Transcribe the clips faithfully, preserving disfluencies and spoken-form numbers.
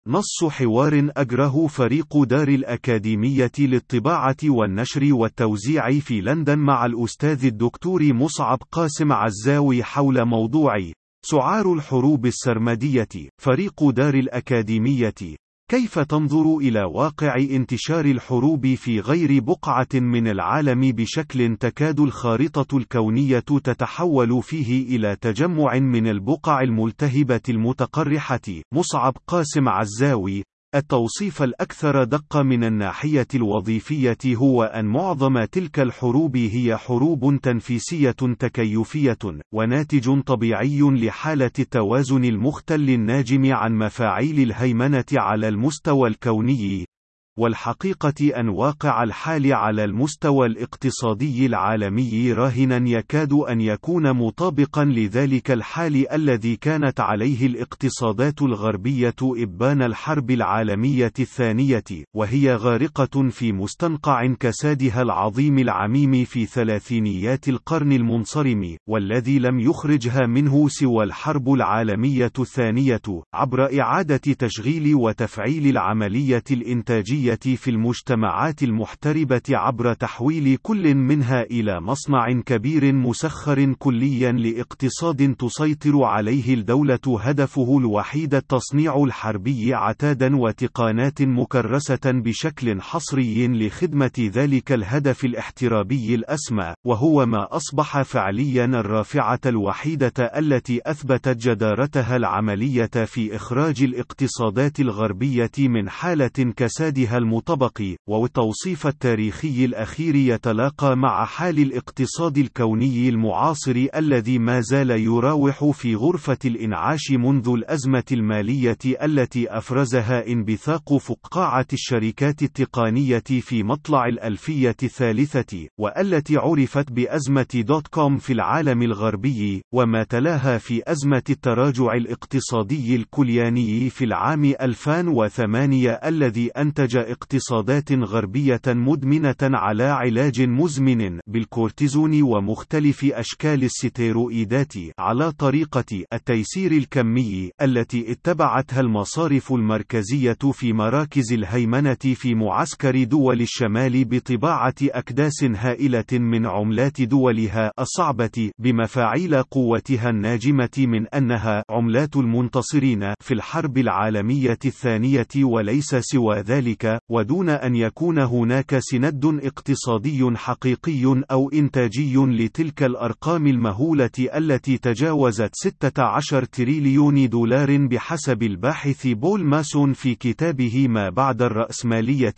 نص حوار أجره فريق دار الأكاديمية للطباعة والنشر والتوزيع في لندن مع الأستاذ الدكتور مصعب قاسم عزاوي حول موضوع سعار الحروب السرمدية. فريق دار الأكاديمية: كيف تنظر إلى واقع انتشار الحروب في غير بقعة من العالم بشكل تكاد الخارطة الكونية تتحول فيه إلى تجمع من البقع الملتهبة المتقرحة؟ مصعب قاسم عزاوي: التوصيف الأكثر دقة من الناحية الوظيفية هو أن معظم تلك الحروب هي حروب تنفيسية تكيفية، وناتج طبيعي لحالة التوازن المختل الناجم عن مفاعيل الهيمنة على المستوى الكوني. والحقيقة أن واقع الحال على المستوى الاقتصادي العالمي راهنا يكاد أن يكون مطابقا لذلك الحال الذي كانت عليه الاقتصادات الغربية إبان الحرب العالمية الثانية، وهي غارقة في مستنقع كسادها العظيم العميم في ثلاثينيات القرن المنصرم، والذي لم يخرجها منه سوى الحرب العالمية الثانية، عبر إعادة تشغيل وتفعيل العملية الإنتاجية في المجتمعات المحتربة عبر تحويل كل منها إلى مصنع كبير مسخر كليا لاقتصاد تسيطر عليه الدولة هدفه الوحيد التصنيع الحربي عتادا وتقانات مكرسة بشكل حصري لخدمة ذلك الهدف الاحترابي الأسمى، وهو ما أصبح فعليا الرافعة الوحيدة التي أثبتت جدارتها العملية في إخراج الاقتصادات الغربية من حالة كسادها المطبق. والتوصيف التاريخي الأخير يتلاقى مع حال الاقتصاد الكوني المعاصر الذي ما زال يراوح في غرفة الإنعاش منذ الأزمة المالية التي أفرزها انبثاق فقاعة الشركات التقنية في مطلع الألفية الثالثة، والتي عرفت بأزمة دوت كوم في العالم الغربي، وما تلاها في أزمة التراجع الاقتصادي الكلياني في العام ألفين وثمانية الذي أنتج اقتصادات غربية مدمنة على علاج مزمن بالكورتيزون ومختلف أشكال الستيروئيدات على طريقة التيسير الكمي التي اتبعتها المصارف المركزية في مراكز الهيمنة في معسكر دول الشمال بطباعة أكداس هائلة من عملات دولها الصعبة بمفاعيل قوتها الناجمة من أنها عملات المنتصرين في الحرب العالمية الثانية وليس سوى ذلك، ودون أن يكون هناك سند اقتصادي حقيقي أو إنتاجي لتلك الأرقام المهولة التي تجاوزت ستة عشر تريليون دولار بحسب الباحث بول ماسون في كتابه ما بعد الرأسمالية.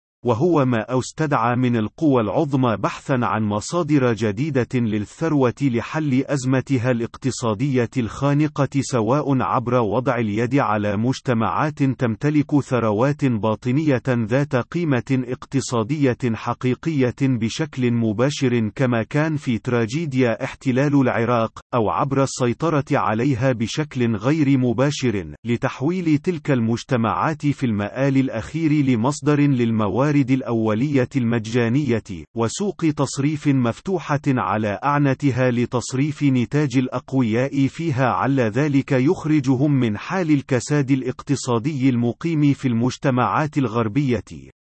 وهو ما استدعى من القوى العظمى بحثا عن مصادر جديدة للثروة لحل أزمتها الاقتصادية الخانقة، سواء عبر وضع اليد على مجتمعات تمتلك ثروات باطنية ذات قيمة اقتصادية حقيقية بشكل مباشر كما كان في تراجيديا احتلال العراق، أو عبر السيطرة عليها بشكل غير مباشر لتحويل تلك المجتمعات في المآل الأخير لمصدر للموارد الأولية المجانية، وسوق تصريف مفتوحة على أعنتها لتصريف نتاج الأقوياء فيها، على ذلك يخرجهم من حال الكساد الاقتصادي المقيم في المجتمعات الغربية.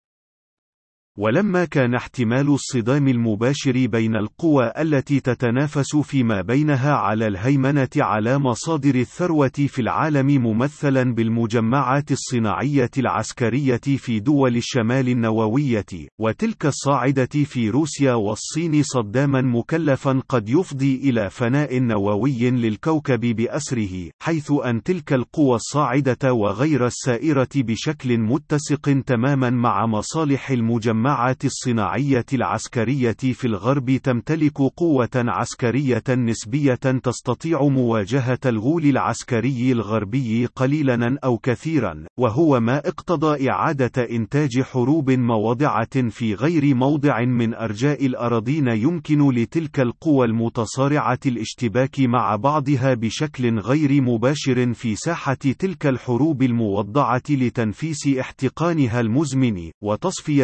ولما كان احتمال الصدام المباشر بين القوى التي تتنافس فيما بينها على الهيمنة على مصادر الثروة في العالم ممثلا بالمجمعات الصناعية العسكرية في دول الشمال النووية، وتلك الصاعدة في روسيا والصين صداما مكلفا قد يفضي إلى فناء نووي للكوكب بأسره، حيث أن تلك القوى الصاعدة وغير السائرة بشكل متسق تماما مع مصالح المجمعات المجمعات الصناعية العسكرية في الغرب تمتلك قوة عسكرية نسبية تستطيع مواجهة الغول العسكري الغربي قليلا أو كثيرا، وهو ما اقتضى إعادة إنتاج حروب مواضعة في غير موضع من أرجاء الأراضين يمكن لتلك القوى المتصارعة الاشتباك مع بعضها بشكل غير مباشر في ساحة تلك الحروب الموضعة لتنفيس احتقانها المزمن وتصفية حساباتها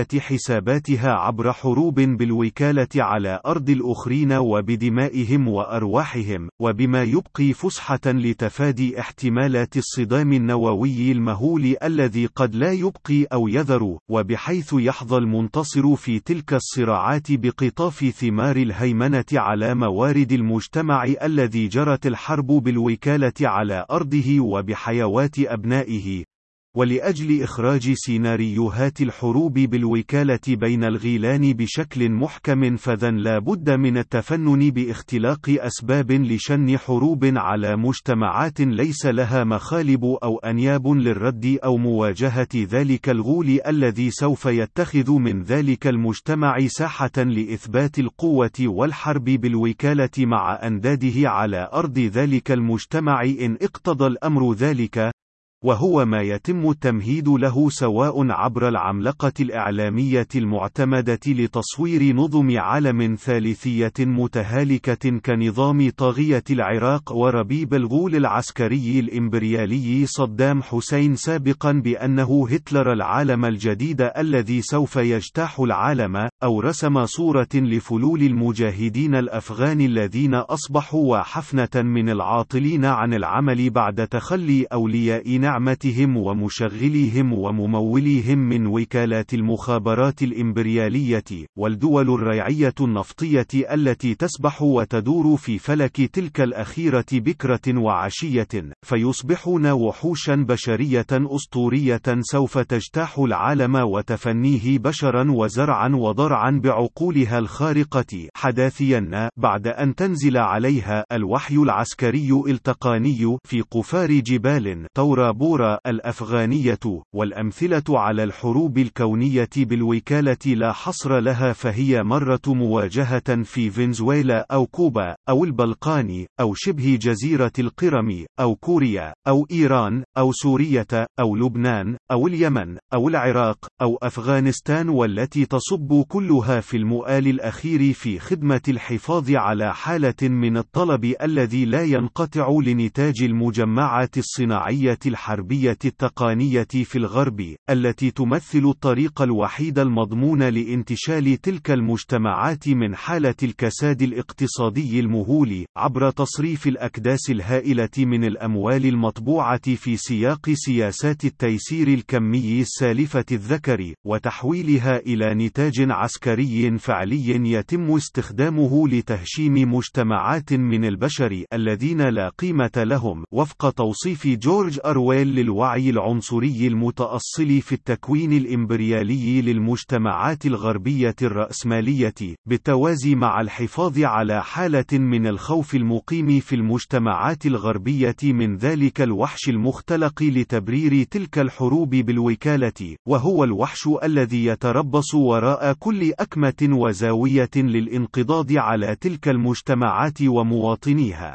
حساباتها عبر حروب بالوكالة على أرض الآخرين وبدمائهم وأرواحهم، وبما يبقي فسحة لتفادي احتمالات الصدام النووي المهول الذي قد لا يبقي أو يذر، وبحيث يحظى المنتصر في تلك الصراعات بقطاف ثمار الهيمنة على موارد المجتمع الذي جرت الحرب بالوكالة على أرضه وبحيوات أبنائه. ولأجل إخراج سيناريوهات الحروب بالوكالة بين الغيلان بشكل محكم، فذن لا بد من التفنن باختلاق أسباب لشن حروب على مجتمعات ليس لها مخالب أو أنياب للرد أو مواجهة ذلك الغول الذي سوف يتخذ من ذلك المجتمع ساحة لإثبات القوة والحرب بالوكالة مع أنداده على أرض ذلك المجتمع إن اقتضى الأمر ذلك، وهو ما يتم التمهيد له سواء عبر العملقة الإعلامية المعتمدة لتصوير نظم عالم ثالثية متهالكة كنظام طاغية العراق وربيب الغول العسكري الإمبريالي صدام حسين سابقا بأنه هتلر العالم الجديد الذي سوف يجتاح العالم، أو رسم صورة لفلول المجاهدين الأفغان الذين أصبحوا وحفنة من العاطلين عن العمل بعد تخلي أولياء نعمتهم ومشغليهم ومموليهم من وكالات المخابرات الإمبريالية، والدول الريعية النفطية التي تسبح وتدور في فلك تلك الأخيرة بكرة وعشية، فيصبحون وحوشا بشرية أسطورية سوف تجتاح العالم وتفنيه بشرا وزرعا وضرعا بعقولها الخارقة حداثيا، بعد أن تنزل عليها الوحي العسكري التقاني في قفار جبال تورا بورا الأفغانية. والأمثلة على الحروب الكونية بالوكالة لا حصر لها، فهي مرة مواجهة في فنزويلا أو كوبا أو البلقان أو شبه جزيرة القرم أو كوريا أو إيران أو سورية أو لبنان أو اليمن أو العراق أو أفغانستان، والتي تصب كلها في المؤال الأخير في خدمة الحفاظ على حالة من الطلب الذي لا ينقطع لنتاج المجمعات الصناعية الحربية التقنية في الغرب، التي تمثل الطريق الوحيد المضمون لانتشال تلك المجتمعات من حالة الكساد الاقتصادي المهول، عبر تصريف الأكداس الهائلة من الأموال المطبوعة في سياق سياسات التيسير الكمي السالفة الذكر، وتحويلها إلى نتاج عسكري فعلي يتم استخدامه لتهشيم مجتمعات من البشر الذين لا قيمة لهم، وفق توصيف جورج أرويل للوعي العنصري المتأصل في التكوين الإمبريالي للمجتمعات الغربية الرأسمالية، بالتوازي مع الحفاظ على حالة من الخوف المقيم في المجتمعات الغربية من ذلك الوحش المختلق لتبرير تلك الحروب بالوكالة، وهو الوحش الذي يتربص وراء كل أكمة وزاوية للانقضاض على تلك المجتمعات ومواطنيها،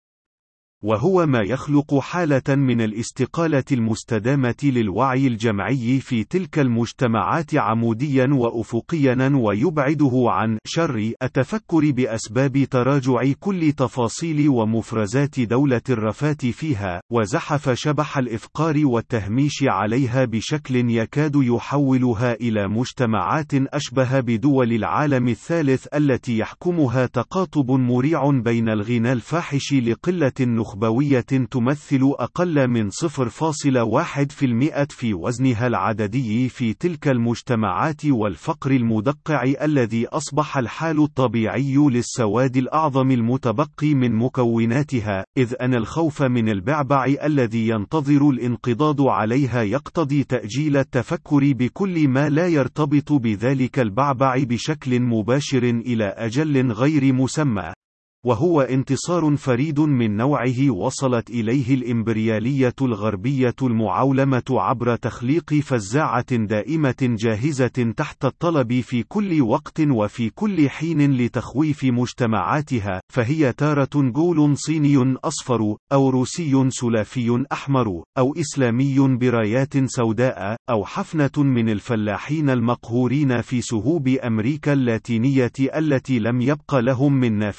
وهو ما يخلق حالة من الاستقالة المستدامة للوعي الجمعي في تلك المجتمعات عموديا وأفقيا، ويبعده عن شر التفكر بأسباب تراجع كل تفاصيل ومفرزات دولة الرفات فيها، وزحف شبح الإفقار والتهميش عليها بشكل يكاد يحولها إلى مجتمعات أشبه بدول العالم الثالث التي يحكمها تقاطب مريع بين الغنى الفاحش لقلة نخبوية تمثل أقل من صفر فاصلة واحد بالمئة في وزنها العددي في تلك المجتمعات، والفقر المدقع الذي أصبح الحال الطبيعي للسواد الأعظم المتبقي من مكوناتها، إذ أن الخوف من البعبع الذي ينتظر الانقضاض عليها يقتضي تأجيل التفكر بكل ما لا يرتبط بذلك البعبع بشكل مباشر إلى أجل غير مسمى، وهو انتصار فريد من نوعه وصلت إليه الإمبريالية الغربية المعولمة عبر تخليق فزاعة دائمة جاهزة تحت الطلب في كل وقت وفي كل حين لتخويف مجتمعاتها، فهي تارة جول صيني أصفر، أو روسي سلافي أحمر، أو إسلامي برايات سوداء، أو حفنة من الفلاحين المقهورين في سهوب أمريكا اللاتينية التي لم يبق لهم من نافذة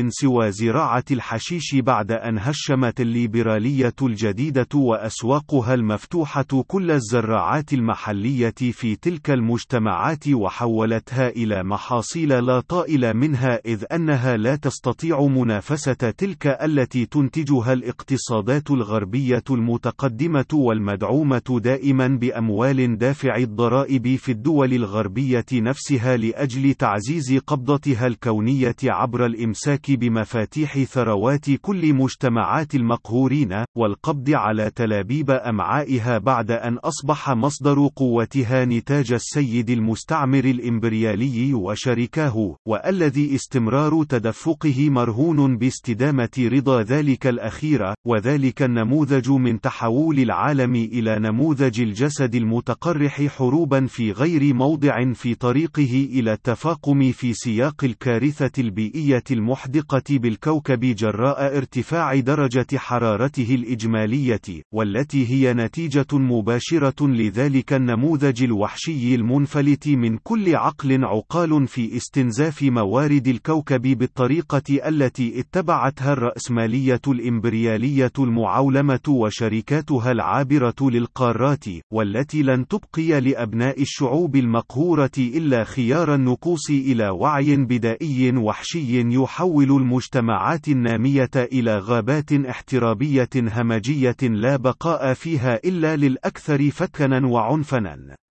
سوى زراعة الحشيش بعد أن هشمت الليبرالية الجديدة وأسواقها المفتوحة كل الزراعات المحلية في تلك المجتمعات وحولتها إلى محاصيل لا طائل منها، إذ أنها لا تستطيع منافسة تلك التي تنتجها الاقتصادات الغربية المتقدمة والمدعومة دائما بأموال دافع الضرائب في الدول الغربية نفسها لأجل تعزيز قبضتها الكونية عبر الإمساك بمفاتيح ثروات كل مجتمعات المقهورين، والقبض على تلابيب أمعائها بعد أن أصبح مصدر قوتها نتاج السيد المستعمر الإمبريالي وشركاه، والذي استمرار تدفقه مرهون باستدامة رضا ذلك الأخير، وذلك النموذج من تحول العالم إلى نموذج الجسد المتقرح حروبا في غير موضع في طريقه إلى التفاقم في سياق الكارثة البيئية المحدقة بالكوكب جراء ارتفاع درجة حرارته الإجمالية، والتي هي نتيجة مباشرة لذلك النموذج الوحشي المنفلت من كل عقل عقال في استنزاف موارد الكوكب بالطريقة التي اتبعتها الرأسمالية الإمبريالية المعولمة وشركاتها العابرة للقارات، والتي لن تبقي لأبناء الشعوب المقهورة إلا خيار النكوص إلى وعي بدائي وحشي يحول المجتمعات النامية إلى غابات احترابية همجية لا بقاء فيها إلا للأكثر فتكنا وعنفنا.